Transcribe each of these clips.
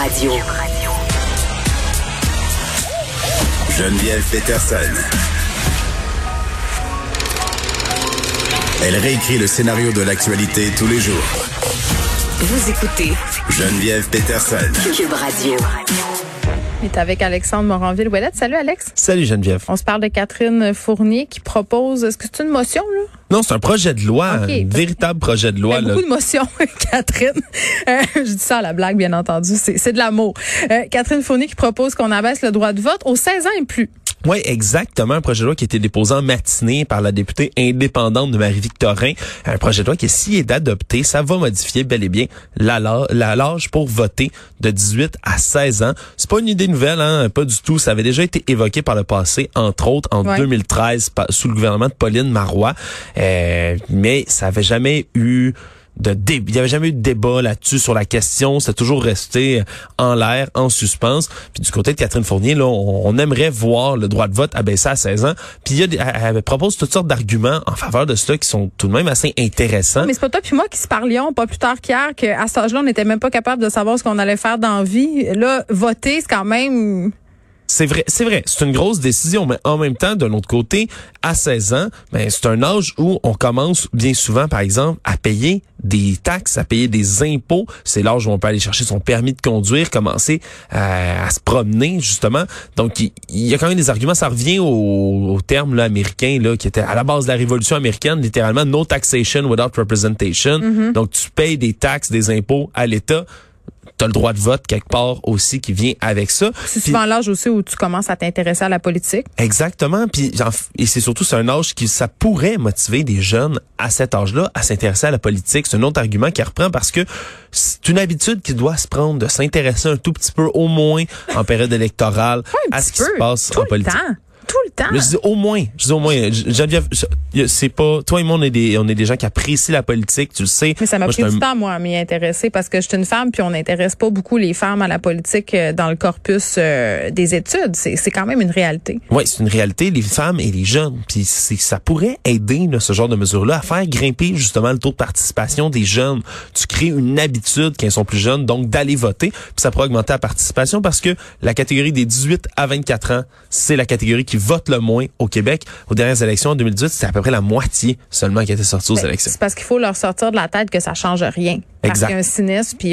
Radio. Geneviève Peterson. Elle réécrit le scénario de l'actualité tous les jours. Vous écoutez Geneviève Peterson. Cube Radio. On est avec Alexandre Moranville-Ouellette. Salut Alex. Salut Geneviève. On se parle de Catherine Fournier qui propose, est-ce que c'est une motion là? Non, c'est un projet de loi, Okay. un véritable projet de loi. Il y a beaucoup de motions, Catherine. Je dis ça à la blague, bien entendu. C'est de l'amour. Catherine Fournier qui propose qu'on abaisse le droit de vote aux 16 ans et plus. Oui, exactement. Un projet de loi qui a été déposé en matinée par la députée indépendante de Marie-Victorin. Un projet de loi qui, s'il est adopté, ça va modifier bel et bien l'âge pour voter de 18 à 16 ans. C'est pas une idée nouvelle, hein, pas du tout. Ça avait déjà été évoqué par le passé, entre autres en 2013, sous le gouvernement de Pauline Marois. Mais ça avait jamais eu il y avait jamais eu de débat là-dessus sur la question, c'est toujours resté en l'air, en suspens. Puis du côté de Catherine Fournier, là, on aimerait voir le droit de vote abaissé à 16 ans. Puis elle propose toutes sortes d'arguments en faveur de cela qui sont tout de même assez intéressants. Mais c'est pas toi puis moi qui se parlions pas plus tard qu'hier qu'à cet âge-là, on n'était même pas capable de savoir ce qu'on allait faire dans la vie. Là, voter, c'est quand même... C'est vrai. C'est une grosse décision, mais en même temps, de l'autre côté, à 16 ans, c'est un âge où on commence bien souvent, par exemple, à payer des taxes, à payer des impôts. C'est l'âge où on peut aller chercher son permis de conduire, commencer à se promener, justement. Donc, il y a quand même des arguments. Ça revient au terme là, américain là, qui était à la base de la Révolution américaine, littéralement, no taxation without representation. Mm-hmm. Donc, tu payes des taxes, des impôts à l'État. T'as le droit de vote quelque part aussi qui vient avec ça. C'est souvent l'âge aussi où tu commences à t'intéresser à la politique. Exactement. Puis et c'est surtout c'est un âge qui ça pourrait motiver des jeunes à cet âge-là à s'intéresser à la politique. C'est un autre argument qui reprend parce que c'est une habitude qui doit se prendre de s'intéresser un tout petit peu au moins en période électorale à ce qui se passe en politique. Tout le temps. Je dis au moins. Geneviève, c'est pas, toi et moi, on est des gens qui apprécient la politique, tu le sais. Mais ça m'a pris du temps, moi, à m'y intéresser parce que je suis une femme puis on n'intéresse pas beaucoup les femmes à la politique dans le corpus des études. C'est quand même une réalité. Oui, c'est une réalité, les femmes et les jeunes. Puis ça pourrait aider, là, ce genre de mesures-là, à faire grimper, justement, le taux de participation des jeunes. Tu crées une habitude quand ils sont plus jeunes, donc d'aller voter. Puis ça pourrait augmenter la participation parce que la catégorie des 18 à 24 ans, c'est la catégorie qui vote le moins au Québec. Aux dernières élections en 2018, c'était à peu près la moitié seulement qui était sortie aux élections. C'est parce qu'il faut leur sortir de la tête que ça change rien. Parce qu'il y a un cynisme, puis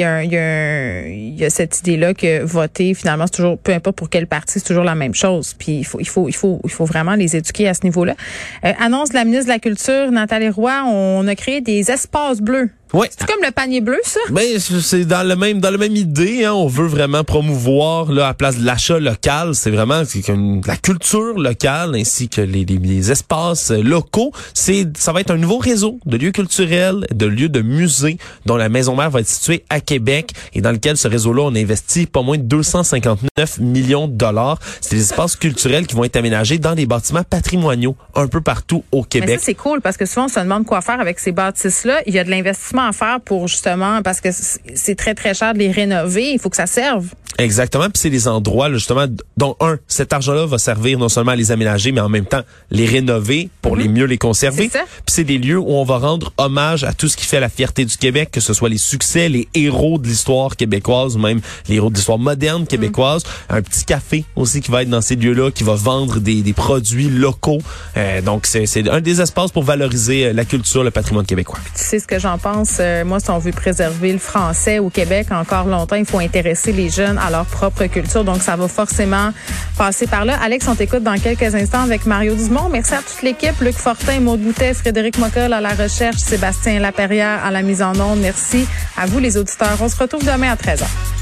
il y a cette idée-là que voter, finalement, c'est toujours, peu importe pour quel parti, c'est toujours la même chose. Puis il faut vraiment les éduquer à ce niveau-là. Annonce de la ministre de la Culture, Nathalie Roy, on a créé des espaces bleus. Ouais. C'est comme le panier bleu, ça? Ben, c'est dans le même idée, hein. On veut vraiment promouvoir, là, à place de l'achat local. C'est vraiment, la culture locale ainsi que les espaces locaux. Ça va être un nouveau réseau de lieux culturels, de lieux de musées, dont la Maison Mère va être située à Québec et dans lequel ce réseau-là, on investit pas moins de 259 millions de dollars. C'est des espaces culturels qui vont être aménagés dans des bâtiments patrimoniaux un peu partout au Québec. Mais ça, c'est cool parce que souvent, on se demande quoi faire avec ces bâtisses-là. Il y a de l'investissement à faire pour justement, parce que c'est très, très cher de les rénover. Il faut que ça serve. Exactement. Puis c'est des endroits, là, justement, dont cet argent-là va servir non seulement à les aménager, mais en même temps les rénover pour les mieux les conserver. Puis c'est des lieux où on va rendre hommage à tout ce qui fait la fierté du Québec, que ce soit les succès, les héros de l'histoire québécoise, ou même les héros de l'histoire moderne québécoise. Un petit café aussi qui va être dans ces lieux-là, qui va vendre des produits locaux. Donc c'est un des espaces pour valoriser la culture, le patrimoine québécois. Puis tu sais ce que j'en pense. Moi, si on veut préserver le français au Québec encore longtemps, il faut intéresser les jeunes à leur propre culture. Donc, ça va forcément passer par là. Alex, on t'écoute dans quelques instants avec Mario Dumont. Merci à toute l'équipe. Luc Fortin, Maud Boutet, Frédéric Mockel à la recherche, Sébastien Laperrière à la mise en onde. Merci à vous, les auditeurs. On se retrouve demain à 13h.